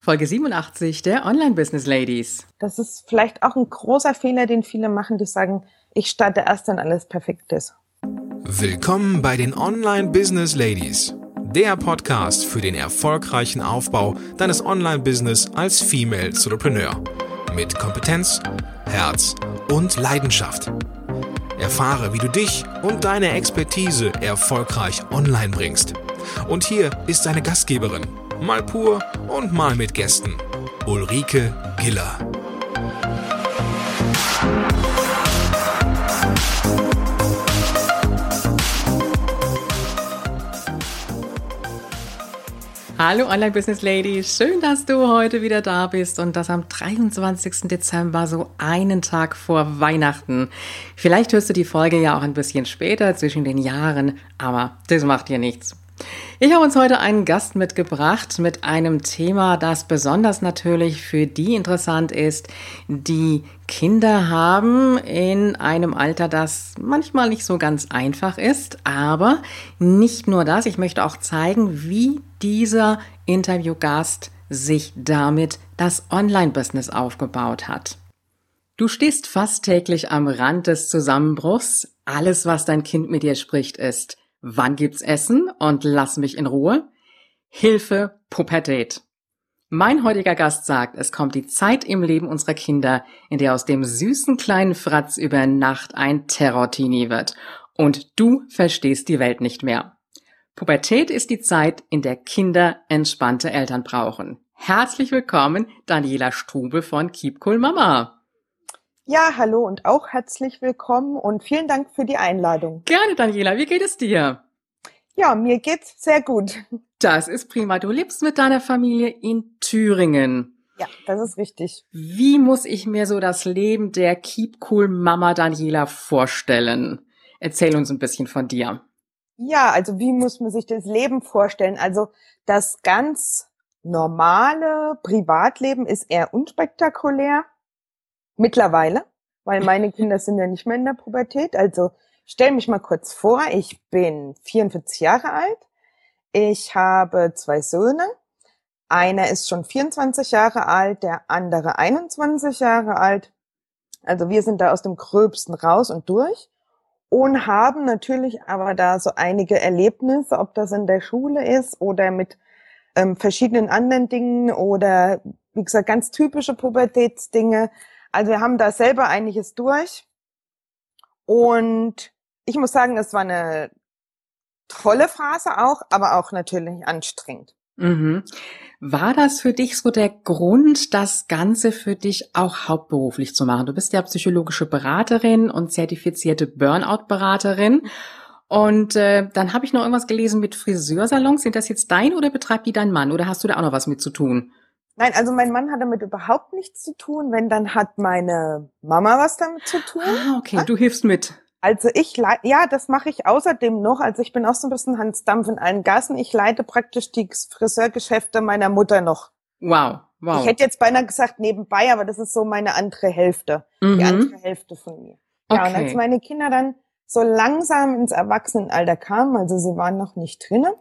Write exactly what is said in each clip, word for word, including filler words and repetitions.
Folge siebenundachtzig der Online-Business Ladies. Das ist vielleicht auch ein großer Fehler, den viele machen, die sagen, ich starte erst, wenn alles perfekt ist. Willkommen bei den Online-Business Ladies, der Podcast für den erfolgreichen Aufbau deines Online-Business als Female Entrepreneur. Mit Kompetenz, Herz und Leidenschaft. Erfahre, wie du dich und deine Expertise erfolgreich online bringst. Und hier ist deine Gastgeberin, mal pur und mal mit Gästen, Ulrike Giller. Hallo Online-Business Ladies, schön, dass du heute wieder da bist und das am dreiundzwanzigsten Dezember, so einen Tag vor Weihnachten. Vielleicht hörst du die Folge ja auch ein bisschen später zwischen den Jahren, aber das macht dir nichts. Ich habe uns heute einen Gast mitgebracht mit einem Thema, das besonders natürlich für die interessant ist, die Kinder haben in einem Alter, das manchmal nicht so ganz einfach ist. Aber nicht nur das, ich möchte auch zeigen, wie dieser Interviewgast sich damit das Online-Business aufgebaut hat. Du stehst fast täglich am Rand des Zusammenbruchs. Alles, was dein Kind mit dir spricht, ist: Wann gibt's Essen und lass mich in Ruhe? Hilfe, Pubertät. Mein heutiger Gast sagt, es kommt die Zeit im Leben unserer Kinder, in der aus dem süßen kleinen Fratz über Nacht ein Terror-Teenie wird. Und du verstehst die Welt nicht mehr. Pubertät ist die Zeit, in der Kinder entspannte Eltern brauchen. Herzlich willkommen, Daniela Strube von Keep Cool Mama. Ja, hallo und auch herzlich willkommen und vielen Dank für die Einladung. Gerne, Daniela. Wie geht es dir? Ja, mir geht's sehr gut. Das ist prima. Du lebst mit deiner Familie in Thüringen. Ja, das ist richtig. Wie muss ich mir so das Leben der Keep Cool Mama Daniela vorstellen? Erzähl uns ein bisschen von dir. Ja, also wie muss man sich das Leben vorstellen? Also das ganz normale Privatleben ist eher unspektakulär. Mittlerweile, weil meine Kinder sind ja nicht mehr in der Pubertät. Also stell mich mal kurz vor, ich bin vierundvierzig Jahre alt, ich habe zwei Söhne, einer ist schon vierundzwanzig Jahre alt, der andere einundzwanzig Jahre alt. Also wir sind da aus dem Gröbsten raus und durch und haben natürlich aber da so einige Erlebnisse, ob das in der Schule ist oder mit ähm, verschiedenen anderen Dingen oder wie gesagt ganz typische Pubertätsdinge. Also wir haben da selber einiges durch und ich muss sagen, es war eine tolle Phase auch, aber auch natürlich anstrengend. Mhm. War das für dich so der Grund, das Ganze für dich auch hauptberuflich zu machen? Du bist ja psychologische Beraterin und zertifizierte Burnout-Beraterin. Und äh, dann habe ich noch irgendwas gelesen mit Friseursalons. Sind das jetzt dein oder betreibt die dein Mann? Oder hast du da auch noch was mit zu tun? Nein, also mein Mann hat damit überhaupt nichts zu tun. Wenn, dann hat meine Mama was damit zu tun. Ah, okay, ja? Du hilfst mit. Also ich, ja, das mache ich außerdem noch. Also ich bin auch so ein bisschen Hans Dampf in allen Gassen. Ich leite praktisch die Friseurgeschäfte meiner Mutter noch. Wow, wow. Ich hätte jetzt beinahe gesagt nebenbei, aber das ist so meine andere Hälfte. Mhm. Die andere Hälfte von mir. Ja, okay. Und als meine Kinder dann so langsam ins Erwachsenenalter kamen, also sie waren noch nicht drinnen,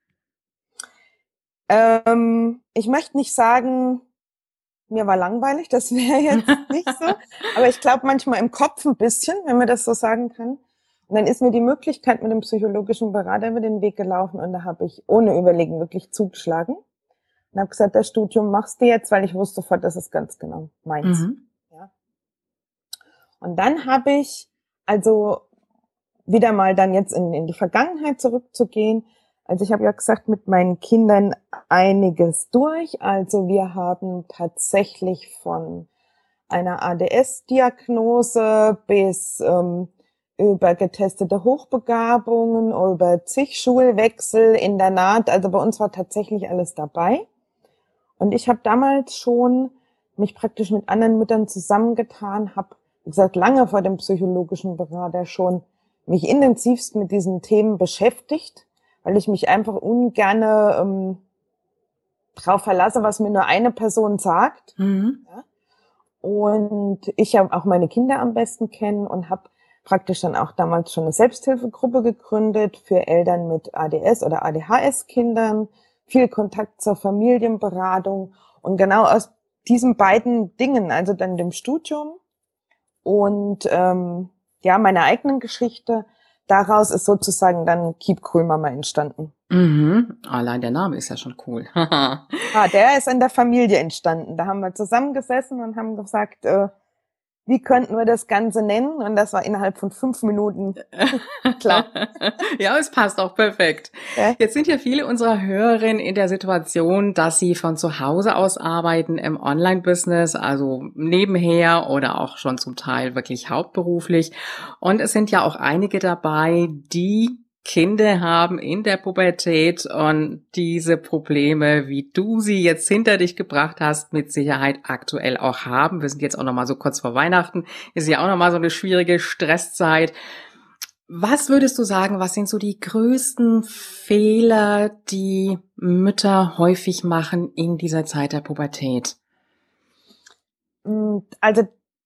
Ähm, ich möchte nicht sagen, mir war langweilig, das wäre jetzt nicht so, aber ich glaube manchmal im Kopf ein bisschen, wenn man das so sagen kann. Und dann ist mir die Möglichkeit mit dem psychologischen Berater über den Weg gelaufen und da habe ich ohne Überlegen wirklich zugeschlagen und habe gesagt, das Studium machst du jetzt, weil ich wusste sofort, das ist ganz genau meins. Mhm. Ja. Und dann habe ich, also wieder mal dann jetzt in, in die Vergangenheit zurückzugehen. Also ich habe ja gesagt, mit meinen Kindern einiges durch. Also wir haben tatsächlich von einer A D S-Diagnose bis ähm, über getestete Hochbegabungen, über zig Schulwechsel, Internat. Also bei uns war tatsächlich alles dabei. Und ich habe damals schon mich praktisch mit anderen Müttern zusammengetan, habe, wie gesagt, lange vor dem psychologischen Berater schon mich intensivst mit diesen Themen beschäftigt, weil ich mich einfach ungerne ähm, drauf verlasse, was mir nur eine Person sagt. Mhm. Ja? Und ich ja auch meine Kinder am besten kenne und habe praktisch dann auch damals schon eine Selbsthilfegruppe gegründet für Eltern mit A D S oder A D H S-Kindern, viel Kontakt zur Familienberatung Und genau aus diesen beiden Dingen, also dann dem Studium und ähm, ja meiner eigenen Geschichte, daraus ist sozusagen dann Keep Cool Mama entstanden. Mhm. Allein der Name ist ja schon cool. Ah, der ist in der Familie entstanden. Da haben wir zusammengesessen und haben gesagt, äh, wie könnten wir das Ganze nennen? Und das war innerhalb von fünf Minuten klar. Ja, es passt auch perfekt. Ja. Jetzt sind ja viele unserer Hörerinnen in der Situation, dass sie von zu Hause aus arbeiten im Online-Business, also nebenher oder auch schon zum Teil wirklich hauptberuflich. Und es sind ja auch einige dabei, die Kinder haben in der Pubertät und diese Probleme, wie du sie jetzt hinter dich gebracht hast, mit Sicherheit aktuell auch haben. Wir sind jetzt auch noch mal so kurz vor Weihnachten, ist ja auch noch mal so eine schwierige Stresszeit. Was würdest du sagen, was sind so die größten Fehler, die Mütter häufig machen in dieser Zeit der Pubertät? Also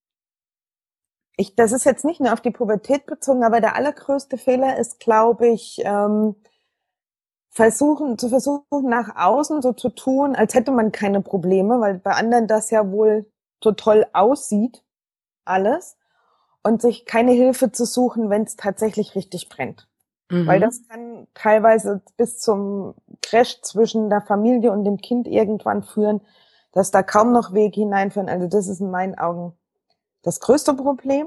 Ich, das ist jetzt nicht nur auf die Pubertät bezogen, aber der allergrößte Fehler ist, glaube ich, ähm, versuchen, zu versuchen, nach außen so zu tun, als hätte man keine Probleme, weil bei anderen das ja wohl so toll aussieht, alles, und sich keine Hilfe zu suchen, wenn es tatsächlich richtig brennt. Mhm. Weil das kann teilweise bis zum Crash zwischen der Familie und dem Kind irgendwann führen, dass da kaum noch Wege hineinführen. Also das ist in meinen Augen das größte Problem.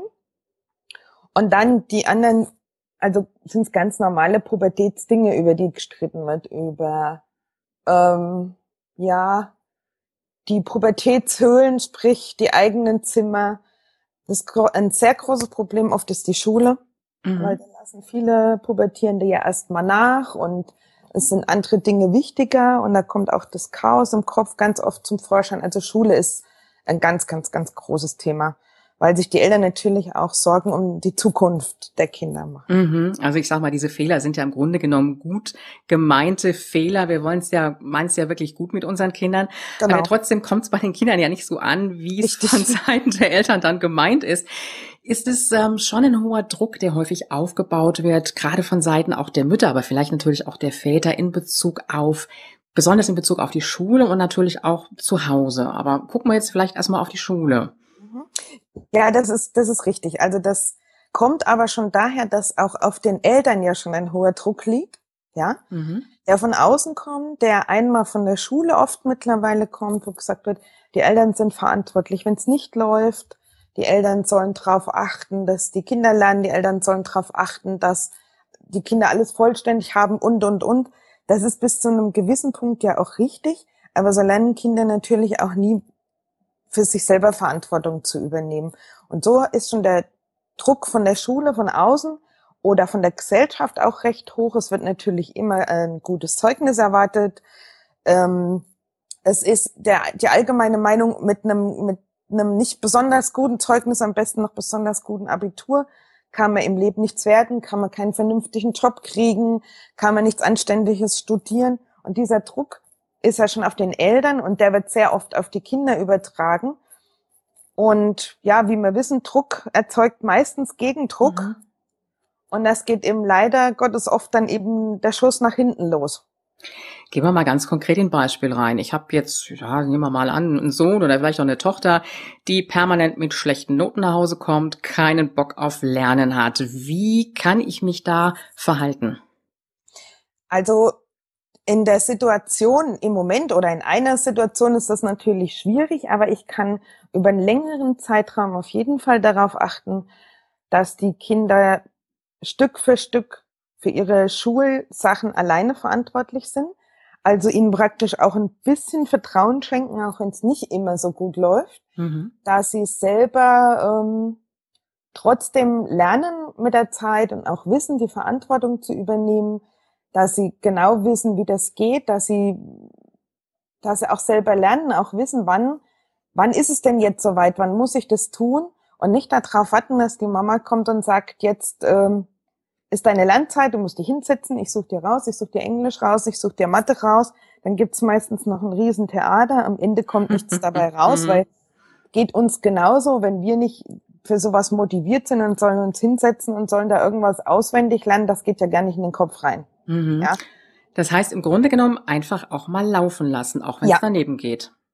Und dann die anderen, also sind es ganz normale Pubertätsdinge, über die gestritten wird, über ähm, ja die Pubertätshöhlen, sprich die eigenen Zimmer. Das ist ein sehr großes Problem oft ist die Schule, mhm. weil da lassen viele Pubertierende ja erstmal nach und es sind andere Dinge wichtiger und da kommt auch das Chaos im Kopf ganz oft zum Vorschein. Also Schule ist ein ganz, ganz, ganz großes Thema, weil sich die Eltern natürlich auch Sorgen um die Zukunft der Kinder machen. Mhm. Also ich sag mal, diese Fehler sind ja im Grunde genommen gut gemeinte Fehler. Wir wollen es ja, meinen es ja wirklich gut mit unseren Kindern. Genau. Aber trotzdem kommt es bei den Kindern ja nicht so an, wie es Richtig. Von Seiten der Eltern dann gemeint ist. Ist es ähm, schon ein hoher Druck, der häufig aufgebaut wird, gerade von Seiten auch der Mütter, aber vielleicht natürlich auch der Väter in Bezug auf, besonders in Bezug auf die Schule und natürlich auch zu Hause. Aber gucken wir jetzt vielleicht erstmal auf die Schule. Ja, das ist, das ist richtig. Also das kommt aber schon daher, dass auch auf den Eltern ja schon ein hoher Druck liegt, ja, mhm. der von außen kommt, der einmal von der Schule oft mittlerweile kommt, wo gesagt wird, die Eltern sind verantwortlich, wenn es nicht läuft. Die Eltern sollen darauf achten, dass die Kinder lernen. Die Eltern sollen darauf achten, dass die Kinder alles vollständig haben und, und, und. Das ist bis zu einem gewissen Punkt ja auch richtig. Aber so lernen Kinder natürlich auch nie für sich selber Verantwortung zu übernehmen. Und so ist schon der Druck von der Schule, von außen oder von der Gesellschaft auch recht hoch. Es wird natürlich immer ein gutes Zeugnis erwartet. Ähm, es ist der, die allgemeine Meinung mit einem, mit einem nicht besonders guten Zeugnis, am besten noch besonders guten Abitur, kann man im Leben nichts werden, kann man keinen vernünftigen Job kriegen, kann man nichts Anständiges studieren. Und dieser Druck ist ja schon auf den Eltern und der wird sehr oft auf die Kinder übertragen. Und ja, wie wir wissen, Druck erzeugt meistens Gegendruck. Mhm. Und das geht eben leider Gottes oft dann eben der Schuss nach hinten los. Gehen wir mal ganz konkret in ein Beispiel rein. Ich habe jetzt, ja, nehmen wir mal an, einen Sohn oder vielleicht auch eine Tochter, die permanent mit schlechten Noten nach Hause kommt, keinen Bock auf Lernen hat. Wie kann ich mich da verhalten? Also in der Situation im Moment oder in einer Situation ist das natürlich schwierig, aber ich kann über einen längeren Zeitraum auf jeden Fall darauf achten, dass die Kinder Stück für Stück für ihre Schulsachen alleine verantwortlich sind. Also ihnen praktisch auch ein bisschen Vertrauen schenken, auch wenn es nicht immer so gut läuft, mhm. da sie selber ähm, trotzdem lernen mit der Zeit und auch wissen, die Verantwortung zu übernehmen, dass sie genau wissen, wie das geht, dass sie, dass sie auch selber lernen, auch wissen, wann, wann ist es denn jetzt soweit, wann muss ich das tun und nicht darauf warten, dass die Mama kommt und sagt, jetzt ähm, ist deine Lernzeit, du musst dich hinsetzen, ich suche dir raus, ich suche dir Englisch raus, ich suche dir Mathe raus, dann gibt's meistens noch ein Riesentheater, am Ende kommt nichts dabei raus, weil geht uns genauso, wenn wir nicht für sowas motiviert sind und sollen uns hinsetzen und sollen da irgendwas auswendig lernen, das geht ja gar nicht in den Kopf rein. Mhm. Ja? Das heißt im Grunde genommen einfach auch mal laufen lassen, auch wenn es ja. daneben geht.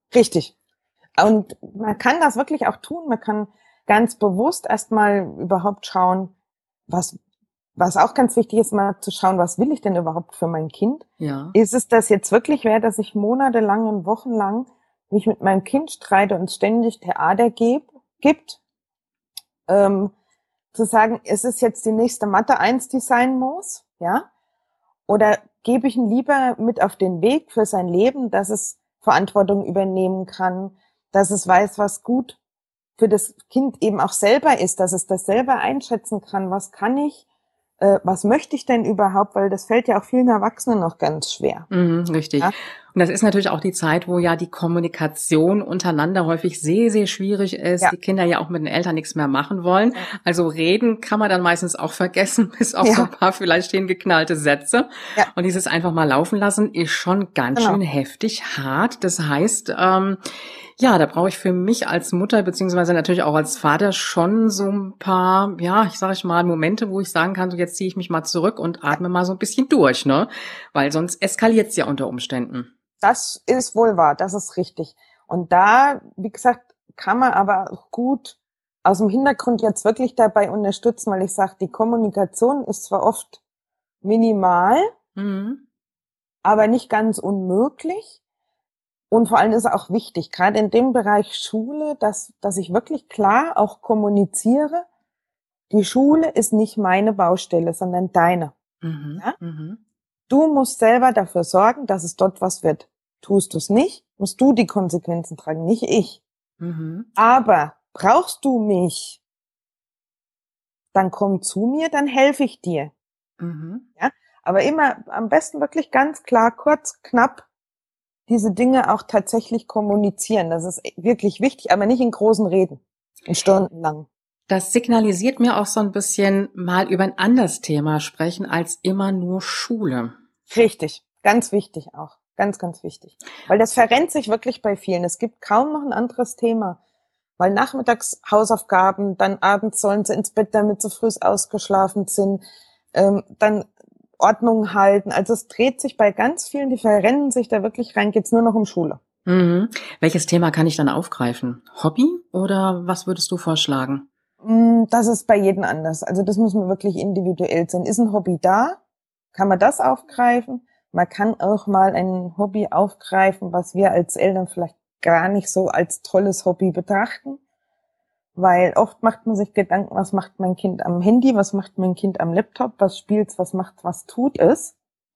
Richtig. Und man kann das wirklich auch tun. Man kann ganz bewusst erstmal überhaupt schauen, was, was auch ganz wichtig ist, mal zu schauen, was will ich denn überhaupt für mein Kind? Ja. Ist es das jetzt wirklich wert, dass ich monatelang und wochenlang mich mit meinem Kind streite und ständig Theater geb, gibt? Ähm, zu sagen, ist es jetzt die nächste Mathe eins, die sein muss? Ja? Oder gebe ich ihn lieber mit auf den Weg für sein Leben, dass es Verantwortung übernehmen kann, dass es weiß, was gut für das Kind eben auch selber ist, dass es das selber einschätzen kann, was kann ich, äh, was möchte ich denn überhaupt, weil das fällt ja auch vielen Erwachsenen noch ganz schwer. Mhm, richtig. Ja? Und das ist natürlich auch die Zeit, wo ja die Kommunikation untereinander häufig sehr, sehr schwierig ist. Ja. Die Kinder ja auch mit den Eltern nichts mehr machen wollen. Also reden kann man dann meistens auch vergessen, bis auf Ja. so ein paar vielleicht hingeknallte Sätze. Ja. Und dieses einfach mal laufen lassen ist schon ganz Genau. schön heftig hart. Das heißt, ähm, ja, da brauche ich für mich als Mutter beziehungsweise natürlich auch als Vater schon so ein paar, ja, ich sage ich mal, Momente, wo ich sagen kann, so jetzt ziehe ich mich mal zurück und atme mal so ein bisschen durch, ne? Weil sonst eskaliert's ja unter Umständen. Das ist wohl wahr, das ist richtig. Und da, wie gesagt, kann man aber auch gut aus dem Hintergrund jetzt wirklich dabei unterstützen, weil ich sage, die Kommunikation ist zwar oft minimal, Mhm. aber nicht ganz unmöglich. Und vor allem ist es auch wichtig, gerade in dem Bereich Schule, dass, dass ich wirklich klar auch kommuniziere, die Schule ist nicht meine Baustelle, sondern deine. Mhm. Ja? Mhm. Du musst selber dafür sorgen, dass es dort was wird. Tust du es nicht, musst du die Konsequenzen tragen, nicht ich. Mhm. Aber brauchst du mich, dann komm zu mir, dann helfe ich dir. Mhm. Ja? Aber immer am besten wirklich ganz klar, kurz, knapp diese Dinge auch tatsächlich kommunizieren. Das ist wirklich wichtig, aber nicht in großen Reden und stundenlang. Das signalisiert mir auch so ein bisschen mal über ein anderes Thema sprechen als immer nur Schule. Richtig, ganz wichtig auch. Ganz, ganz wichtig. Weil das verrennt sich wirklich bei vielen. Es gibt kaum noch ein anderes Thema. Weil nachmittags Hausaufgaben, dann abends sollen sie ins Bett, damit sie früh ausgeschlafen sind, ähm, dann Ordnung halten. Also es dreht sich bei ganz vielen, die verrennen sich da wirklich rein, geht's nur noch um Schule. Mhm. Welches Thema kann ich dann aufgreifen? Hobby oder was würdest du vorschlagen? Das ist bei jedem anders. Also das muss man wirklich individuell sehen. Ist ein Hobby da? Kann man das aufgreifen? Man kann auch mal ein Hobby aufgreifen, was wir als Eltern vielleicht gar nicht so als tolles Hobby betrachten. Weil oft macht man sich Gedanken, was macht mein Kind am Handy, was macht mein Kind am Laptop, was spielt's, was macht, was tut es.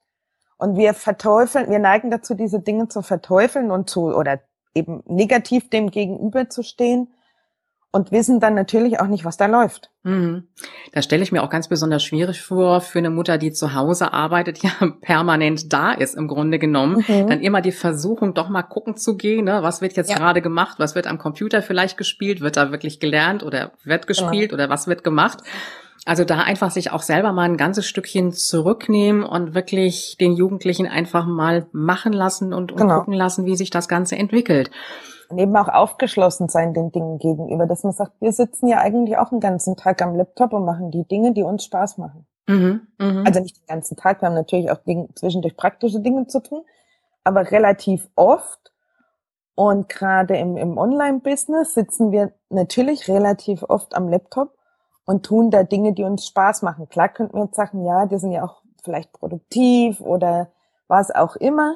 Und wir verteufeln, wir neigen dazu, diese Dinge zu verteufeln und zu, oder eben negativ dem gegenüber zu stehen und wissen dann natürlich auch nicht, was da läuft. Mhm. Da stelle ich mir auch ganz besonders schwierig vor, für eine Mutter, die zu Hause arbeitet, ja permanent da ist im Grunde genommen, Mhm. dann immer die Versuchung, doch mal gucken zu gehen, ne? Was wird jetzt Ja. gerade gemacht, was wird am Computer vielleicht gespielt, wird da wirklich gelernt oder wird gespielt oder was wird gemacht? Also da einfach sich auch selber mal ein ganzes Stückchen zurücknehmen und wirklich den Jugendlichen einfach mal machen lassen und, und Genau. gucken lassen, wie sich das Ganze entwickelt. Und eben auch aufgeschlossen sein den Dingen gegenüber, dass man sagt, wir sitzen ja eigentlich auch den ganzen Tag am Laptop und machen die Dinge, die uns Spaß machen. Mhm, mhm. Also nicht den ganzen Tag, wir haben natürlich auch Dinge, zwischendurch praktische Dinge zu tun, aber relativ oft und gerade im, im Online-Business sitzen wir natürlich relativ oft am Laptop und tun da Dinge, die uns Spaß machen. Klar könnten wir jetzt sagen, ja, die sind ja auch vielleicht produktiv oder was auch immer,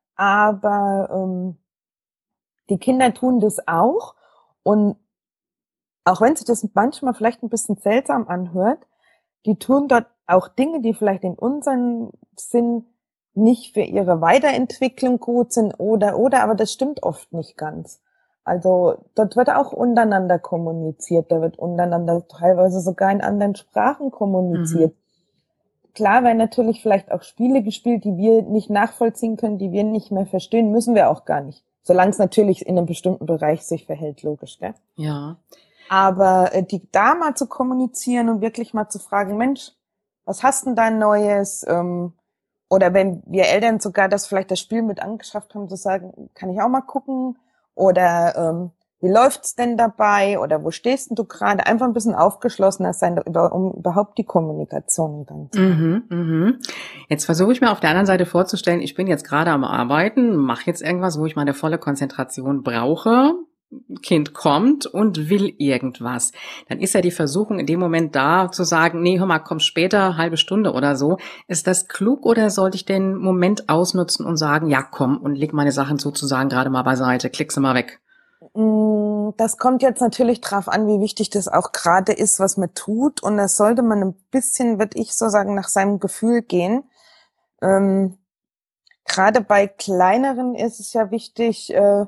aber ähm, die Kinder tun das auch und auch wenn sich das manchmal vielleicht ein bisschen seltsam anhört, die tun dort auch Dinge, die vielleicht in unserem Sinn nicht für ihre Weiterentwicklung gut sind oder, oder, aber das stimmt oft nicht ganz. Also dort wird auch untereinander kommuniziert, da wird untereinander teilweise sogar in anderen Sprachen kommuniziert. Mhm. Klar werden natürlich vielleicht auch Spiele gespielt, die wir nicht nachvollziehen können, die wir nicht mehr verstehen, müssen wir auch gar nicht. Solange es natürlich in einem bestimmten Bereich sich verhält, logisch, gell? Ja. Aber äh, die da mal zu kommunizieren und wirklich mal zu fragen, Mensch, was hast denn da Neues? Ähm, oder wenn wir Eltern sogar das vielleicht das Spiel mit angeschafft haben, zu sagen, kann ich auch mal gucken? Oder ähm, wie läuft's denn dabei oder wo stehst denn du gerade? Einfach ein bisschen aufgeschlossener sein, um überhaupt die Kommunikation in Gang zu bringen. Mhm, mhm. Jetzt versuche ich mir auf der anderen Seite vorzustellen, ich bin jetzt gerade am Arbeiten, mache jetzt irgendwas, wo ich meine volle Konzentration brauche. Kind kommt und will irgendwas. Dann ist ja die Versuchung in dem Moment da, zu sagen, nee, hör mal, komm später, halbe Stunde oder so. Ist das klug oder sollte ich den Moment ausnutzen und sagen, ja, komm und leg meine Sachen sozusagen gerade mal beiseite, klick sie mal weg? Das kommt jetzt natürlich drauf an, wie wichtig das auch gerade ist, was man tut. Und das sollte man ein bisschen, würde ich so sagen, nach seinem Gefühl gehen. Ähm, gerade bei kleineren ist es ja wichtig, äh,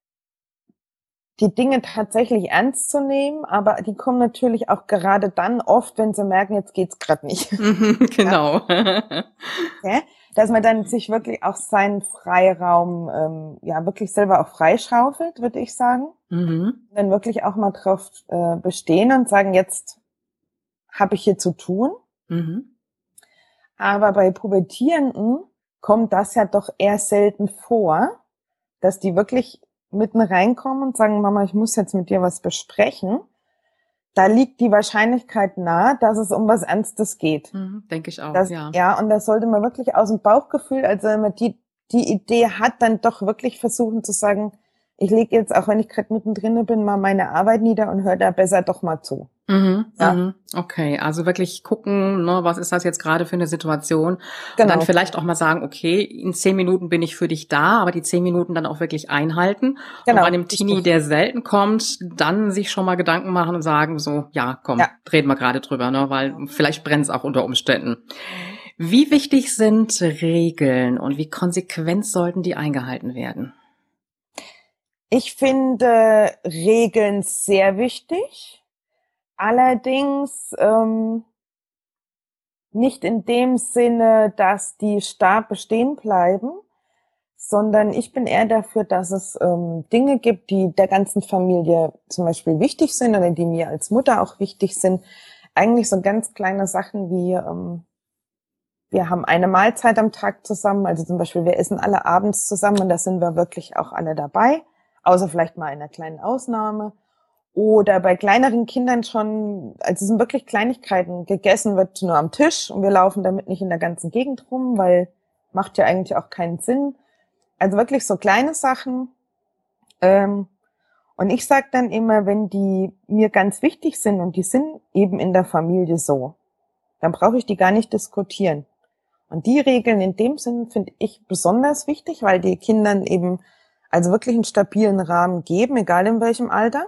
die Dinge tatsächlich ernst zu nehmen, aber die kommen natürlich auch gerade dann oft, wenn sie merken, jetzt geht's gerade nicht. Genau. Ja? Dass man dann sich wirklich auch seinen Freiraum ähm, ja wirklich selber auch freischaufelt, würde ich sagen. Mhm. Dann wirklich auch mal drauf äh, bestehen und sagen, jetzt habe ich hier zu tun. Mhm. Aber bei Pubertierenden kommt das ja doch eher selten vor, dass die wirklich mitten reinkommen und sagen, Mama, ich muss jetzt mit dir was besprechen. Da liegt die Wahrscheinlichkeit nahe, dass es um was Ernstes geht. Mhm, denke ich auch, das, ja. Ja, und das sollte man wirklich aus dem Bauchgefühl, also wenn man die, die Idee hat, dann doch wirklich versuchen zu sagen, ich lege jetzt, auch wenn ich gerade mittendrin bin, mal meine Arbeit nieder und höre da besser doch mal zu. Mhm, ja. mhm. Okay, also wirklich gucken, ne, was ist das jetzt gerade für eine Situation? Genau. Und dann vielleicht auch mal sagen, okay, in zehn Minuten bin ich für dich da, aber die zehn Minuten dann auch wirklich einhalten. Genau. Und bei einem Teenie, der selten kommt, dann sich schon mal Gedanken machen und sagen so, ja, komm, ja. reden wir gerade drüber, ne, weil vielleicht brennt es auch unter Umständen. Mhm. Wie wichtig sind Regeln und wie konsequent sollten die eingehalten werden? Ich finde Regeln sehr wichtig, allerdings ähm, nicht in dem Sinne, dass die starr bestehen bleiben, sondern ich bin eher dafür, dass es ähm, Dinge gibt, die der ganzen Familie zum Beispiel wichtig sind oder die mir als Mutter auch wichtig sind. Eigentlich so ganz kleine Sachen wie, ähm, wir haben eine Mahlzeit am Tag zusammen, also zum Beispiel wir essen alle abends zusammen und da sind wir wirklich auch alle dabei. Außer vielleicht mal einer kleinen Ausnahme. Oder bei kleineren Kindern schon, also es sind wirklich Kleinigkeiten, gegessen wird nur am Tisch und wir laufen damit nicht in der ganzen Gegend rum, weil macht ja eigentlich auch keinen Sinn. Also wirklich so kleine Sachen. Ähm, und ich sage dann immer, wenn die mir ganz wichtig sind und die sind eben in der Familie so, dann brauche ich die gar nicht diskutieren. Und die Regeln in dem Sinn finde ich besonders wichtig, weil die Kindern eben also wirklich einen stabilen Rahmen geben, egal in welchem Alter.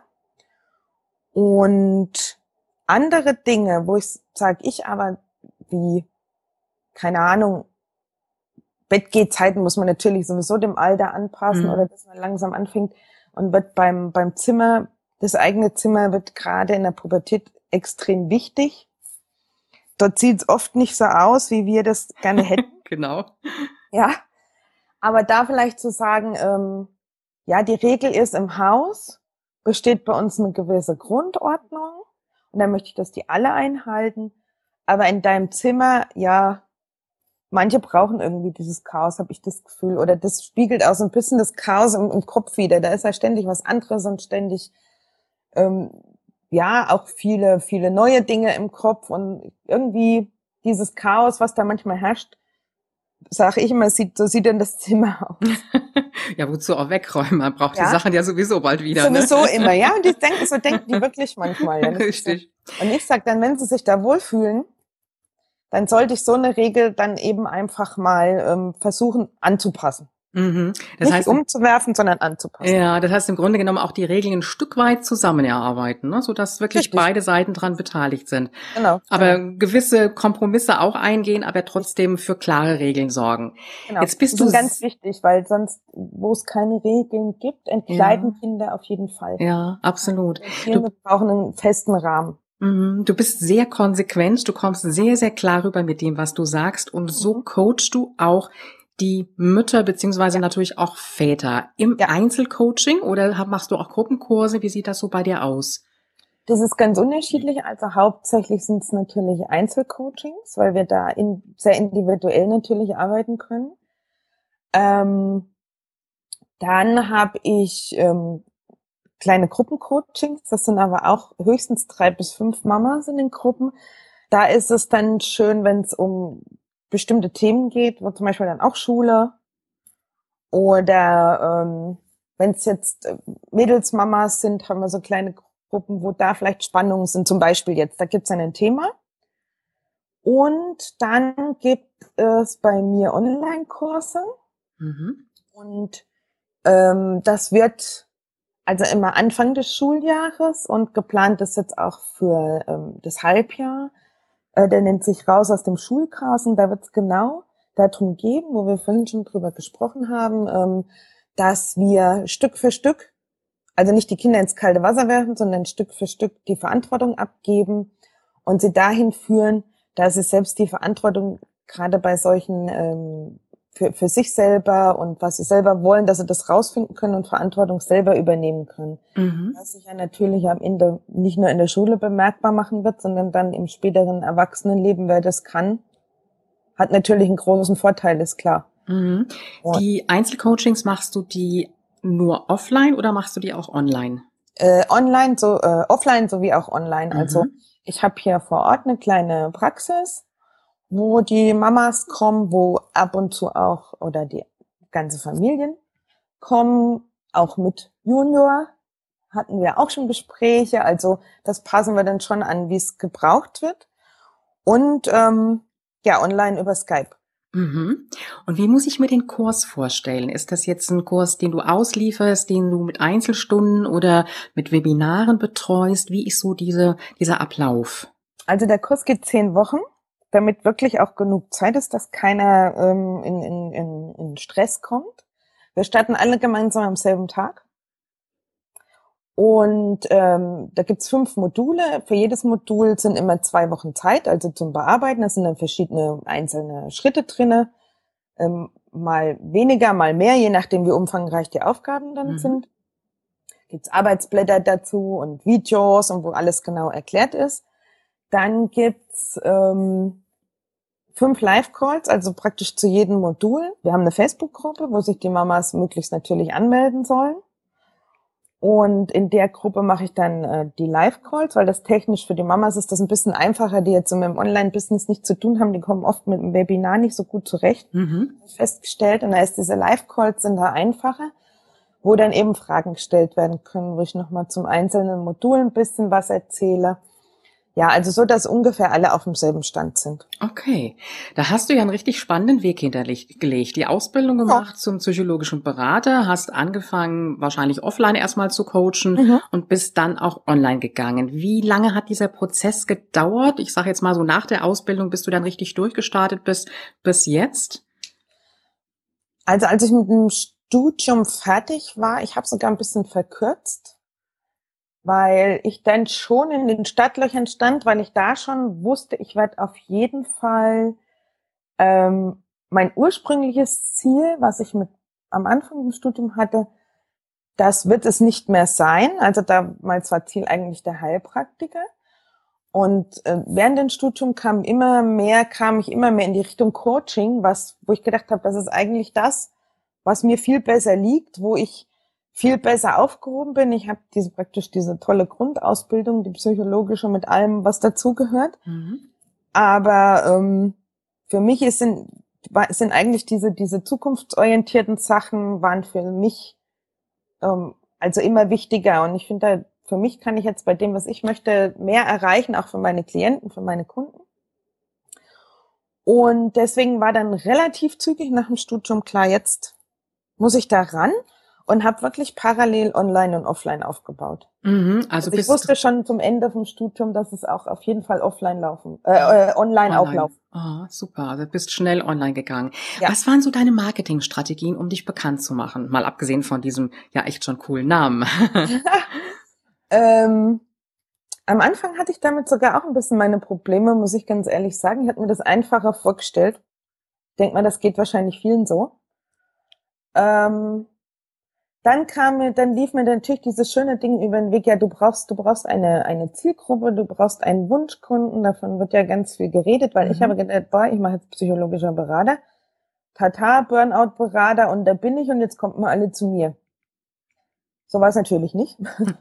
Und andere Dinge, wo ich sage, ich aber wie, keine Ahnung, Bettgehzeiten muss man natürlich sowieso dem Alter anpassen mhm. oder dass man langsam anfängt und wird beim beim Zimmer, das eigene Zimmer wird gerade in der Pubertät extrem wichtig. Dort sieht es oft nicht so aus, wie wir das gerne hätten. Genau. Ja, aber da vielleicht zu sagen, ähm, ja, die Regel ist, im Haus besteht bei uns eine gewisse Grundordnung und dann möchte ich, dass die alle einhalten. Aber in deinem Zimmer, ja, manche brauchen irgendwie dieses Chaos, habe ich das Gefühl. Oder das spiegelt auch so ein bisschen das Chaos im, im Kopf wieder. Da ist ja ständig was anderes und ständig, ähm, ja, auch viele, viele neue Dinge im Kopf. Und irgendwie dieses Chaos, was da manchmal herrscht, sage ich immer, sieht, so sieht denn das Zimmer aus. Ja, wozu auch wegräumen? Man braucht ja? die Sachen ja sowieso bald wieder. Sowieso ne? immer, ja. Und die denken, so denken die wirklich manchmal. Ja, Richtig. So. Und ich sage dann, wenn sie sich da wohlfühlen, dann sollte ich so eine Regel dann eben einfach mal ähm, versuchen anzupassen. Mhm. Das Nicht heißt, umzuwerfen, sondern anzupassen. Ja, das heißt im Grunde genommen auch die Regeln ein Stück weit zusammen erarbeiten, ne? Sodass wirklich Richtig. beide Seiten dran beteiligt sind. Genau. Aber genau. gewisse Kompromisse auch eingehen, aber trotzdem für klare Regeln sorgen. Genau. Jetzt bist das du ist ganz wichtig, weil sonst, wo es keine Regeln gibt, entgleiten ja. Kinder auf jeden Fall. Ja, absolut. Kinder brauchen einen festen Rahmen. Du bist sehr konsequent, du kommst sehr, sehr klar rüber mit dem, was du sagst und so coachst du auch die Mütter beziehungsweise ja. natürlich auch Väter im ja. Einzelcoaching oder machst du auch Gruppenkurse? Wie sieht das so bei dir aus? Das ist ganz unterschiedlich. Also hauptsächlich sind es natürlich Einzelcoachings, weil wir da in, sehr individuell natürlich arbeiten können. Ähm, dann habe ich ähm, kleine Gruppencoachings. Das sind aber auch höchstens drei bis fünf Mamas in den Gruppen. Da ist es dann schön, wenn es um bestimmte Themen geht, wo zum Beispiel dann auch Schule oder ähm, wenn es jetzt Mädelsmamas sind, haben wir so kleine Gruppen, wo da vielleicht Spannungen sind. Zum Beispiel jetzt, da gibt es ein Thema. Und dann gibt es bei mir Online-Kurse. Mhm. Und ähm, das wird also immer Anfang des Schuljahres und geplant ist jetzt auch für ähm, das Halbjahr. Äh, der nennt sich Raus aus dem Schulchaos und da wird es genau darum gehen, wo wir vorhin schon drüber gesprochen haben, ähm, dass wir Stück für Stück, also nicht die Kinder ins kalte Wasser werfen, sondern Stück für Stück die Verantwortung abgeben und sie dahin führen, dass sie selbst die Verantwortung gerade bei solchen ähm, für, für sich selber und was sie selber wollen, dass sie das rausfinden können und Verantwortung selber übernehmen können. Mhm. Was sich ja natürlich am Ende nicht nur in der Schule bemerkbar machen wird, sondern dann im späteren Erwachsenenleben, wer das kann, hat natürlich einen großen Vorteil, ist klar. Mhm. Die Einzelcoachings, machst du die nur offline oder machst du die auch online? Äh, online, so äh, offline sowie auch online. Mhm. Also ich habe hier vor Ort eine kleine Praxis, wo die Mamas kommen, wo ab und zu auch oder die ganze Familien kommen, auch mit Junior hatten wir auch schon Gespräche. Also das passen wir dann schon an, wie es gebraucht wird. Und ähm, ja, online über Skype. Mhm. Und wie muss ich mir den Kurs vorstellen? Ist das jetzt ein Kurs, den du auslieferst, den du mit Einzelstunden oder mit Webinaren betreust? Wie ist so diese, dieser Ablauf? Also der Kurs geht zehn Wochen, damit wirklich auch genug Zeit ist, dass keiner ähm, in, in, in, in Stress kommt. Wir starten alle gemeinsam am selben Tag. Und ähm, da gibt's fünf Module. Für jedes Modul sind immer zwei Wochen Zeit, also zum Bearbeiten. Da sind dann verschiedene einzelne Schritte drinne, ähm, mal weniger, mal mehr, je nachdem wie umfangreich die Aufgaben dann mhm. sind. Gibt's Arbeitsblätter dazu und Videos und wo alles genau erklärt ist. Dann gibt's ähm, fünf Live-Calls, also praktisch zu jedem Modul. Wir haben eine Facebook-Gruppe, wo sich die Mamas möglichst natürlich anmelden sollen. Und in der Gruppe mache ich dann äh, die Live-Calls, weil das technisch für die Mamas ist das ein bisschen einfacher, die jetzt so mit dem Online-Business nichts zu tun haben. Die kommen oft mit dem Webinar nicht so gut zurecht, mhm. festgestellt. Und da ist diese Live-Calls sind da einfacher, wo dann eben Fragen gestellt werden können, wo ich nochmal zum einzelnen Modul ein bisschen was erzähle. Ja, also so, dass ungefähr alle auf demselben Stand sind. Okay, da hast du ja einen richtig spannenden Weg hinterlegt. Die Ausbildung gemacht ja. zum psychologischen Berater, hast angefangen, wahrscheinlich offline erstmal zu coachen mhm. und bist dann auch online gegangen. Wie lange hat dieser Prozess gedauert? Ich sage jetzt mal so nach der Ausbildung, bis du dann richtig durchgestartet bist, bis jetzt? Also als ich mit dem Studium fertig war, ich habe sogar ein bisschen verkürzt, weil ich dann schon in den Startlöchern stand, weil ich da schon wusste, ich werde auf jeden Fall ähm, mein ursprüngliches Ziel, was ich mit am Anfang im Studium hatte, das wird es nicht mehr sein. Also damals war Ziel eigentlich der Heilpraktiker. Und äh, während dem Studium kam immer mehr, kam ich immer mehr in die Richtung Coaching, was, wo ich gedacht habe, das ist eigentlich das, was mir viel besser liegt, wo ich viel besser aufgehoben bin. Ich habe diese praktisch diese tolle Grundausbildung, die psychologische mit allem, was dazugehört. Mhm. Aber ähm, für mich ist, sind, sind eigentlich diese diese zukunftsorientierten Sachen waren für mich ähm, also immer wichtiger. Und ich finde, für mich kann ich jetzt bei dem, was ich möchte, mehr erreichen, auch für meine Klienten, für meine Kunden. Und deswegen war dann relativ zügig nach dem Studium klar, jetzt muss ich da ran. Und habe wirklich parallel online und offline aufgebaut. Mhm, also, also ich wusste schon zum Ende vom Studium, dass es auch auf jeden Fall offline laufen, äh, äh online, online auch laufen. Ah, super. Also bist schnell online gegangen. Ja. Was waren so deine Marketingstrategien, um dich bekannt zu machen? Mal abgesehen von diesem ja echt schon coolen Namen. ähm, am Anfang hatte ich damit sogar auch ein bisschen meine Probleme, muss ich ganz ehrlich sagen. Ich hatte mir das einfacher vorgestellt. Denk mal, das geht wahrscheinlich vielen so. Ähm, Dann kam mir, dann lief mir natürlich dieses schöne Ding über den Weg, ja, du brauchst, du brauchst eine, eine Zielgruppe, du brauchst einen Wunschkunden, davon wird ja ganz viel geredet, weil mhm. ich habe gedacht, boah, ich mache jetzt psychologischer Berater, Tata, Burnout-Berater und da bin ich und jetzt kommt mal alle zu mir. So war es natürlich nicht.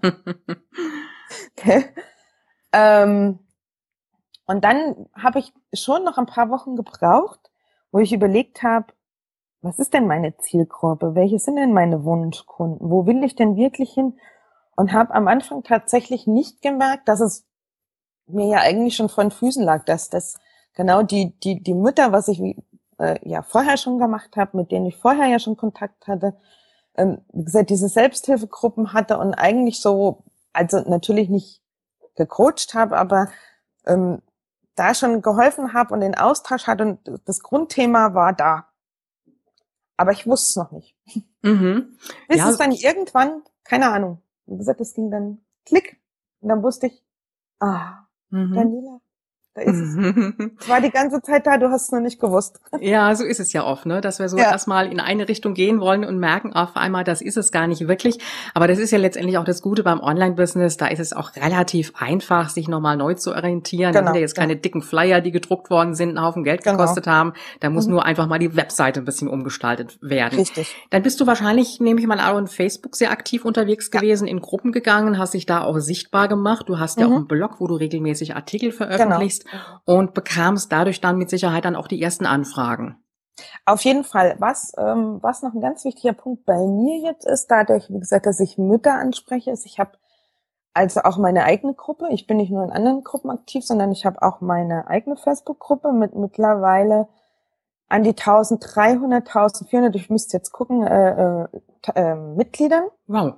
Okay. Ähm, und dann habe ich schon noch ein paar Wochen gebraucht, wo ich überlegt habe, was ist denn meine Zielgruppe? Welche sind denn meine Wunschkunden? Wo will ich denn wirklich hin? Und habe am Anfang tatsächlich nicht gemerkt, dass es mir ja eigentlich schon vor den Füßen lag, dass das genau die die die Mütter, was ich äh, ja vorher schon gemacht habe, mit denen ich vorher ja schon Kontakt hatte, ähm, wie gesagt, diese Selbsthilfegruppen hatte und eigentlich so, also natürlich nicht gecoacht habe, aber ähm, da schon geholfen habe und den Austausch hatte und das Grundthema war da. Aber ich wusste es noch nicht. Mhm. Bis Ja. es dann irgendwann, keine Ahnung, wie gesagt, es ging dann klick und dann wusste ich, ah, Mhm. Daniela, da ist es. Es war die ganze Zeit da, du hast es noch nicht gewusst. Ja, so ist es ja oft, ne, dass wir so Ja. erstmal in eine Richtung gehen wollen und merken auf einmal, das ist es gar nicht wirklich. Aber das ist ja letztendlich auch das Gute beim Online-Business. Da ist es auch relativ einfach, sich nochmal neu zu orientieren. Genau, Da sind ja jetzt keine ja. dicken Flyer, die gedruckt worden sind, einen Haufen Geld Genau. gekostet haben. Da muss Mhm. nur einfach mal die Webseite ein bisschen umgestaltet werden. Richtig. Dann bist du wahrscheinlich, nehme ich mal an, in Facebook sehr aktiv unterwegs Ja. gewesen, in Gruppen gegangen, hast dich da auch sichtbar gemacht. Du hast ja Mhm. auch einen Blog, wo du regelmäßig Artikel veröffentlichst Genau. und bekamst dadurch dann mit Sicherheit dann auch die ersten Anfragen. Auf jeden Fall. Was, ähm, was noch ein ganz wichtiger Punkt bei mir jetzt ist, dadurch, wie gesagt, dass ich Mütter anspreche, ist, ich habe also auch meine eigene Gruppe. Ich bin nicht nur in anderen Gruppen aktiv, sondern ich habe auch meine eigene Facebook-Gruppe mit mittlerweile an die dreizehnhundert, vierzehnhundert, ich müsste jetzt gucken, äh, äh, äh, Mitgliedern. Wow.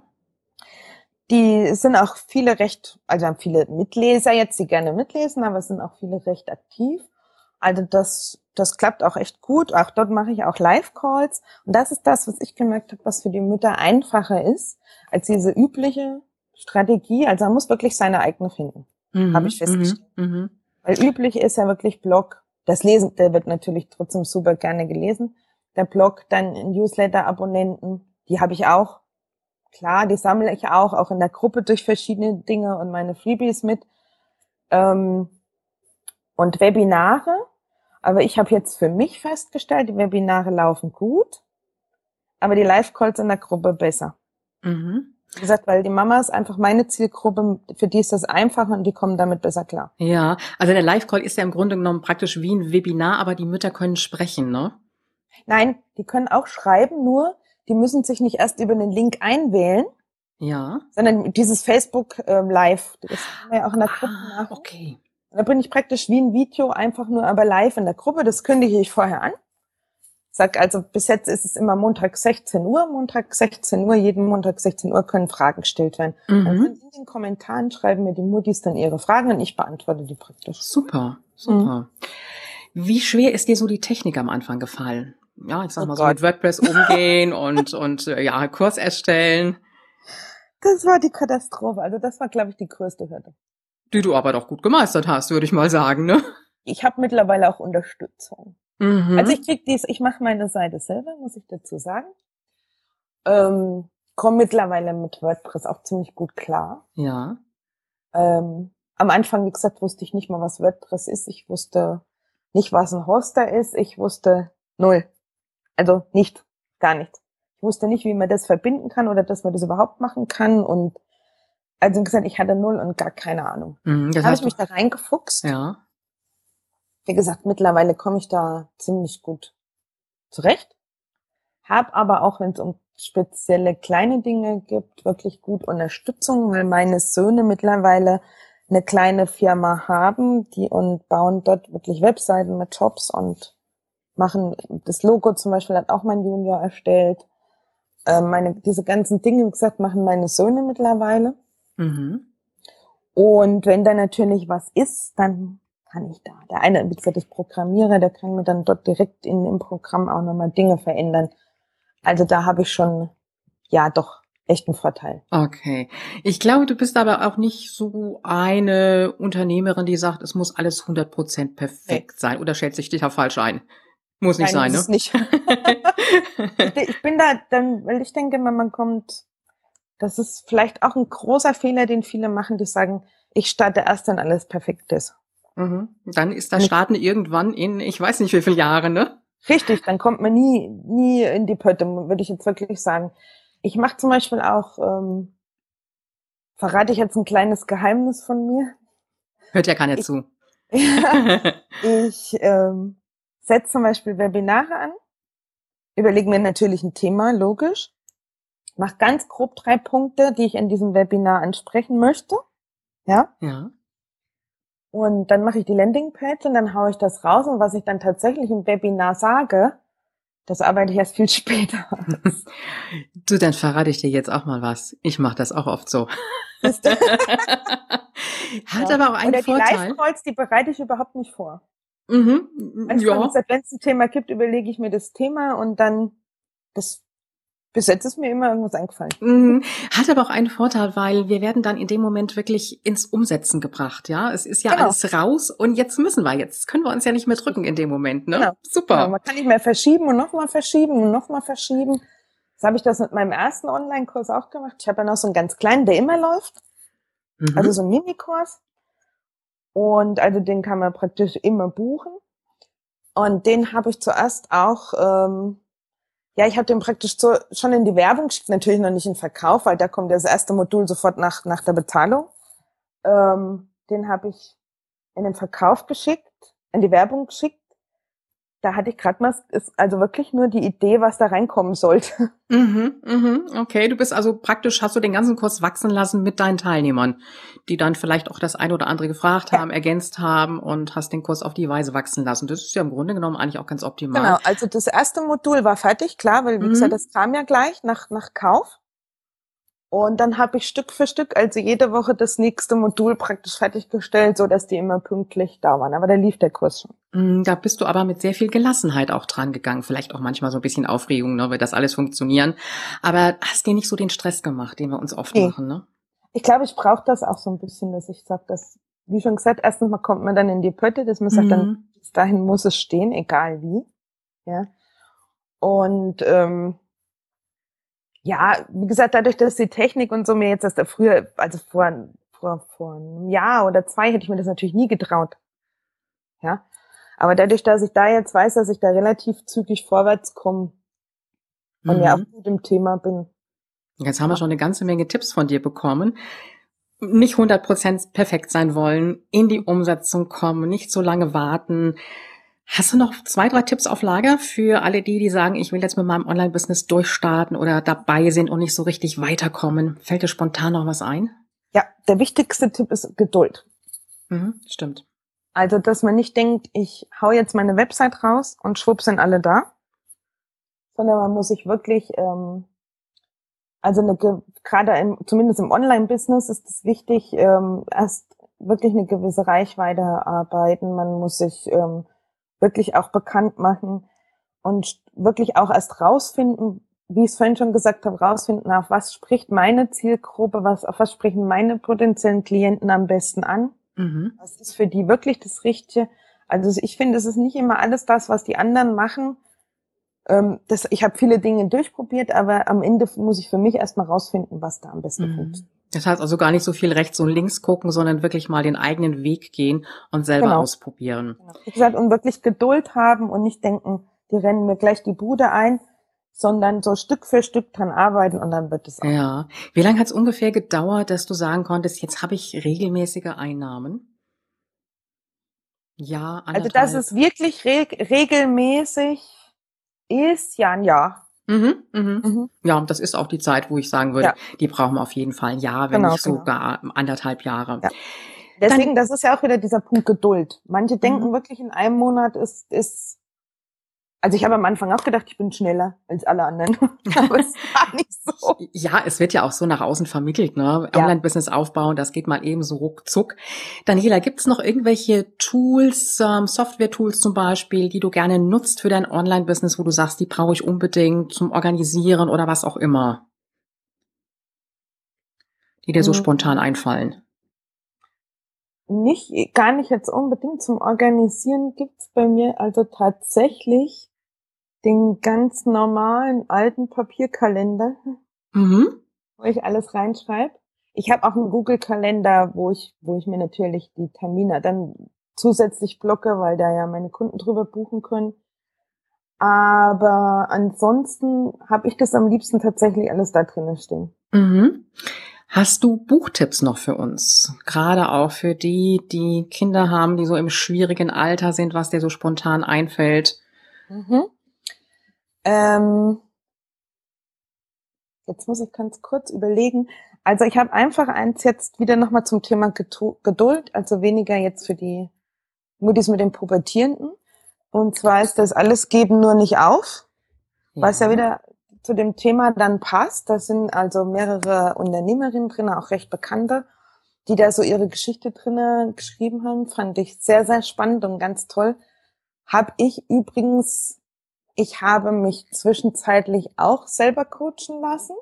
Die sind auch viele recht, also haben viele Mitleser jetzt, die gerne mitlesen, aber es sind auch viele recht aktiv. Also das, das klappt auch echt gut. Auch dort mache ich auch Live-Calls. Und das ist das, was ich gemerkt habe, was für die Mütter einfacher ist, als diese übliche Strategie. Also man muss wirklich seine eigene finden, Mhm, habe ich festgestellt. mhm, mhm. Weil üblich ist ja wirklich Blog. Das Lesen, der wird natürlich trotzdem super gerne gelesen. Der Blog, dann Newsletter-Abonnenten, die habe ich auch. Klar, die sammle ich auch, auch in der Gruppe durch verschiedene Dinge und meine Freebies mit. Ähm, und Webinare. Aber ich habe jetzt für mich festgestellt, die Webinare laufen gut, aber die Live-Calls in der Gruppe besser. Mhm. Wie gesagt, weil die Mama ist einfach meine Zielgruppe, für die ist das einfacher und die kommen damit besser klar. Ja, also der Live-Call ist ja im Grunde genommen praktisch wie ein Webinar, aber die Mütter können sprechen, ne? Nein, die können auch schreiben, nur die müssen sich nicht erst über den Link einwählen, Ja. sondern dieses Facebook ähm, Live, das haben wir ja auch in der Gruppe Ah, nach. okay. Da bin ich praktisch wie ein Video, einfach nur aber live in der Gruppe. Das kündige ich vorher an. Sag also, bis jetzt ist es immer Montag sechzehn Uhr. Montag sechzehn Uhr, jeden Montag sechzehn Uhr können Fragen gestellt werden. Mhm. Dann können in den Kommentaren schreiben mir die Muttis dann ihre Fragen und ich beantworte die praktisch. Super, super. Wie schwer ist dir so die Technik am Anfang gefallen? Ja, ich sag Oh mal so Gott. mit WordPress umgehen und und äh, ja, Kurs erstellen, Das war die Katastrophe. Also das war, glaube ich, die größte Hürde. die du aber doch gut gemeistert hast, würde ich mal sagen, ne? Ich habe mittlerweile auch Unterstützung. Mhm. Also ich krieg dies, ich mache meine Seite selber, muss ich dazu sagen. Ähm, komme mittlerweile mit WordPress auch ziemlich gut klar. Ja. Ähm, am Anfang, wie gesagt, wusste ich nicht mal, was WordPress ist. Ich wusste nicht, was ein Hoster ist. Ich wusste null. Also nicht, gar nichts. Ich wusste nicht, wie man das verbinden kann oder dass man das überhaupt machen kann. Und also wie gesagt, ich hatte null und gar keine Ahnung. Mhm, das Dann habe heißt, ich mich da reingefuchst. ja. Wie gesagt, mittlerweile komme ich da ziemlich gut zurecht. Hab aber auch, wenn es um spezielle kleine Dinge gibt, wirklich gut Unterstützung, weil meine Söhne mittlerweile eine kleine Firma haben, die und bauen dort wirklich Webseiten mit Jobs und machen das Logo zum Beispiel hat auch mein Junior erstellt. Äh, meine diese ganzen Dinge, wie gesagt, machen meine Söhne mittlerweile. Mhm. Und wenn da natürlich was ist, dann kann ich da. Der eine, wie gesagt, ist Programmierer, der kann mir dann dort direkt in, im Programm auch nochmal Dinge verändern. Also da habe ich schon, ja doch, echt einen Vorteil. Okay. Ich glaube, du bist aber auch nicht so eine Unternehmerin, die sagt, es muss alles hundert Prozent perfekt Nee. sein. Oder schätze ich dich da falsch ein? Muss nicht Nein, sein, muss ne? es nicht. Ich bin da dann, weil ich denke, wenn man kommt, das ist vielleicht auch ein großer Fehler, den viele machen, die sagen, ich starte erst, wenn alles perfekt ist. Mhm. Dann ist das Starten irgendwann in, ich weiß nicht wie viele Jahre, ne? Richtig, dann kommt man nie, nie in die Pötte, würde ich jetzt wirklich sagen. ich mache zum Beispiel auch, ähm, verrate ich jetzt ein kleines Geheimnis von mir? Hört ja keiner Ich, zu. ich ähm, setze zum Beispiel Webinare an, überlege mir natürlich ein Thema, logisch, mache ganz grob drei Punkte, die ich in diesem Webinar ansprechen möchte, ja, Ja. und dann mache ich die Landingpage und dann haue ich das raus und was ich dann tatsächlich im Webinar sage, das arbeite ich erst viel später aus. Du, dann verrate ich dir jetzt auch mal was. Ich mache das auch oft so. Siehst du? Hat Ja. aber auch einen Oder die Vorteil. Live-Calls, die bereite ich überhaupt nicht vor. Mhm. Manchmal, wie Ja. gesagt, wenn es ein Thema gibt, überlege ich mir das Thema und dann, das, bis jetzt ist mir immer irgendwas eingefallen. Mhm. Hat aber auch einen Vorteil, weil wir werden dann in dem Moment wirklich ins Umsetzen gebracht, ja. Es ist ja Genau. alles raus und jetzt müssen wir, jetzt können wir uns ja nicht mehr drücken in dem Moment, ne? Genau. Super. Genau. Man kann nicht mehr verschieben und nochmal verschieben und nochmal verschieben. Das habe ich das mit meinem ersten Online-Kurs auch gemacht. Ich habe ja noch so einen ganz kleinen, der immer läuft. Mhm. Also so ein Minikurs. Und also den kann man praktisch immer buchen. Und den habe ich zuerst auch, ähm, ja, ich habe den praktisch so, schon in die Werbung geschickt, natürlich noch nicht in den Verkauf, weil da kommt das erste Modul sofort nach, nach der Bezahlung. Ähm, den habe ich in den Verkauf geschickt, in die Werbung geschickt. Da hatte ich gerade mal, ist also wirklich nur die Idee, was da reinkommen sollte. Mhm, mhm, okay, du bist also praktisch, hast du den ganzen Kurs wachsen lassen mit deinen Teilnehmern, die dann vielleicht auch das eine oder andere gefragt Ja. haben, ergänzt haben und hast den Kurs auf die Weise wachsen lassen. Das ist ja im Grunde genommen eigentlich auch ganz optimal. Genau, also das erste Modul war fertig, klar, weil wie Mhm. gesagt, das kam ja gleich nach, nach Kauf. Und dann habe ich Stück für Stück, also jede Woche das nächste Modul praktisch fertiggestellt, so dass die immer pünktlich da waren. Aber da lief der Kurs schon. Mm, Da bist du aber mit sehr viel Gelassenheit auch dran gegangen. Vielleicht auch manchmal so ein bisschen Aufregung, ne, wird das alles funktionieren. Aber hast dir nicht so den Stress gemacht, den wir uns oft Nee. machen, ne? Ich glaube, ich brauche das auch so ein bisschen, dass ich sage, dass, wie schon gesagt, erstens mal kommt man dann in die Pötte, dass man sagt, dann Mhm. bis dahin muss es stehen, egal wie. Ja. Und ähm, ja, wie gesagt, dadurch, dass die Technik und so mir jetzt erst früher, also vor, vor, vor einem Jahr oder zwei, hätte ich mir das natürlich nie getraut. Ja. Aber dadurch, dass ich da jetzt weiß, dass ich da relativ zügig vorwärts komme und ja auch Mhm. gut im Thema bin. Jetzt haben wir schon eine ganze Menge Tipps von dir bekommen. Nicht hundert Prozent perfekt sein wollen, in die Umsetzung kommen, nicht so lange warten. Hast du noch zwei, drei Tipps auf Lager für alle die, die sagen, ich will jetzt mit meinem Online-Business durchstarten oder dabei sind und nicht so richtig weiterkommen? Fällt dir spontan noch was ein? Ja, der wichtigste Tipp ist Geduld. Mhm, stimmt. Also, dass man nicht denkt, ich hau jetzt meine Website raus und schwupp sind alle da, sondern man muss sich wirklich, ähm, also eine, gerade im, zumindest im Online-Business ist es wichtig, ähm, erst wirklich eine gewisse Reichweite erarbeiten. Man muss sich ähm, wirklich auch bekannt machen und wirklich auch erst rausfinden, wie ich es vorhin schon gesagt habe, rausfinden, auf was spricht meine Zielgruppe, was, auf was sprechen meine potenziellen Klienten am besten an. Mhm. Was ist für die wirklich das Richtige? Also ich finde, es ist nicht immer alles das, was die anderen machen. Ähm, das, ich habe viele Dinge durchprobiert, aber am Ende muss ich für mich erstmal rausfinden, was da am besten Mhm. funktioniert. Das heißt also gar nicht so viel rechts und links gucken, sondern wirklich mal den eigenen Weg gehen und selber Genau. ausprobieren. Genau. Wie gesagt, und wirklich Geduld haben und nicht denken, die rennen mir gleich die Bude ein, sondern so Stück für Stück dran arbeiten und dann wird es auch. Ja. Wie lange hat es ungefähr gedauert, dass du sagen konntest, jetzt habe ich regelmäßige Einnahmen? Ja, Also dass anderthalb. es wirklich reg- regelmäßig ist, ja, ein Jahr. Mhm, mhm. Mhm. Ja, das ist auch die Zeit, wo ich sagen würde, Ja. die brauchen wir auf jeden Fall ein Jahr, wenn Genau, nicht genau. sogar anderthalb Jahre. Ja. Deswegen, Dann, das ist ja auch wieder dieser Punkt Geduld. Manche denken mhm. wirklich, in einem Monat ist, ist, also ich habe am Anfang auch gedacht, ich bin schneller als alle anderen. Aber es war nicht so. Ja, es wird ja auch so nach außen vermittelt, ne? Ja. Online-Business aufbauen, das geht mal eben so ruckzuck. Daniela, gibt's noch irgendwelche Tools, ähm, Software-Tools zum Beispiel, die du gerne nutzt für dein Online-Business, wo du sagst, die brauche ich unbedingt zum Organisieren oder was auch immer, die dir so spontan einfallen? Nicht, gar nicht jetzt unbedingt zum Organisieren gibt's bei mir also tatsächlich den ganz normalen alten Papierkalender, Mhm. wo ich alles reinschreibe. Ich habe auch einen Google-Kalender, wo ich, wo ich mir natürlich die Termine dann zusätzlich blocke, weil da ja meine Kunden drüber buchen können. Aber ansonsten habe ich das am liebsten tatsächlich alles da drinnen stehen. Mhm. Hast du Buchtipps noch für uns? Gerade auch für die, die Kinder haben, die so im schwierigen Alter sind, was dir so spontan einfällt? Mhm. Ähm, jetzt muss ich ganz kurz überlegen. Also ich habe einfach eins jetzt wieder nochmal zum Thema Geduld, also weniger jetzt für die Muttis mit den Pubertierenden. Und zwar ist das alles geben nur nicht auf, ja. Was ja wieder zu dem Thema dann passt. Da sind also mehrere Unternehmerinnen drin, auch recht bekannte, die da so ihre Geschichte drin geschrieben haben. Fand ich sehr, sehr spannend und ganz toll. Hab ich übrigens, ich habe mich zwischenzeitlich auch selber coachen lassen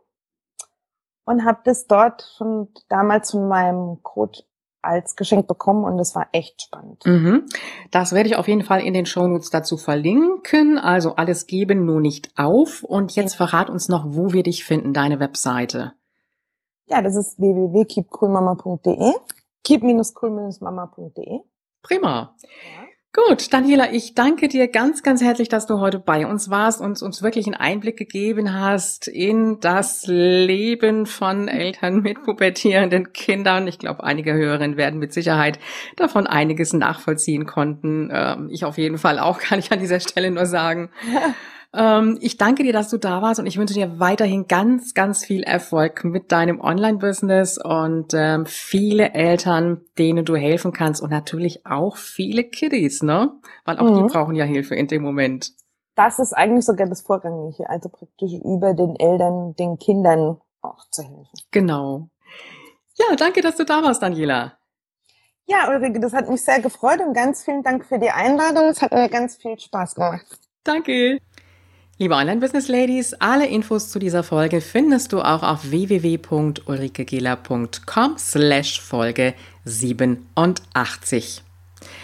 und habe das dort von damals von meinem Coach als Geschenk bekommen und das war echt spannend. Mhm. Das werde ich auf jeden Fall in den Shownotes dazu verlinken. Also alles geben, nur nicht auf. Und jetzt verrat uns noch, wo wir dich finden, deine Webseite. Ja, das ist w w w punkt keep cool mama punkt d e, keep cool mama punkt d e. Prima. Ja. Gut, Daniela, ich danke dir ganz, ganz herzlich, dass du heute bei uns warst und uns wirklich einen Einblick gegeben hast in das Leben von Eltern mit pubertierenden Kindern. Ich glaube, einige Hörerinnen werden mit Sicherheit davon einiges nachvollziehen konnten. Ähm, ich auf jeden Fall auch, kann ich an dieser Stelle nur sagen. ähm, ich danke dir, dass du da warst und ich wünsche dir weiterhin ganz, ganz viel Erfolg mit deinem Online-Business und ähm, viele Eltern, denen du helfen kannst und natürlich auch viele Kiddies, ne? Weil auch mhm. die brauchen ja Hilfe in dem Moment. Das ist eigentlich sogar das Vorrangige, also praktisch über den Eltern, den Kindern auch zu helfen. Genau. Ja, danke, dass du da warst, Daniela. Ja, Ulrike, das hat mich sehr gefreut und ganz vielen Dank für die Einladung. Es hat mir ganz viel Spaß gemacht. Danke. Liebe Online-Business-Ladies, alle Infos zu dieser Folge findest du auch auf w w w punkt ulrikegela punkt com slash Folge siebenundachtzig.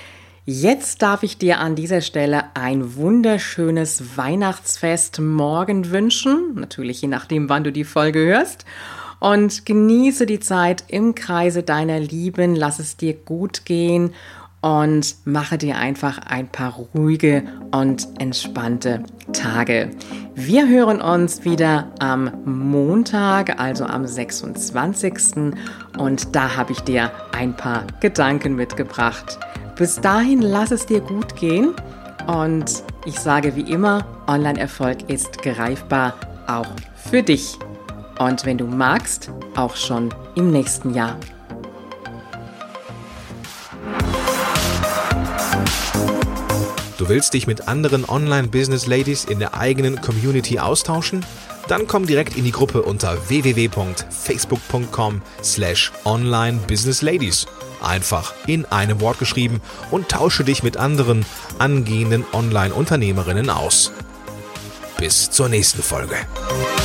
Jetzt darf ich dir an dieser Stelle ein wunderschönes Weihnachtsfest morgen wünschen, natürlich je nachdem, wann du die Folge hörst. Und genieße die Zeit im Kreise deiner Lieben, lass es dir gut gehen und mache dir einfach ein paar ruhige und entspannte Tage. Wir hören uns wieder am Montag, also am sechsundzwanzigsten und da habe ich dir ein paar Gedanken mitgebracht. Bis dahin lass es dir gut gehen und ich sage wie immer, Online-Erfolg ist greifbar, auch für dich. Und wenn du magst, auch schon im nächsten Jahr. Du willst dich mit anderen Online-Business-Ladies in der eigenen Community austauschen? Dann komm direkt in die Gruppe unter w w w punkt facebook punkt com slash online business ladies. Einfach in einem Wort geschrieben und tausche dich mit anderen angehenden Online-Unternehmerinnen aus. Bis zur nächsten Folge.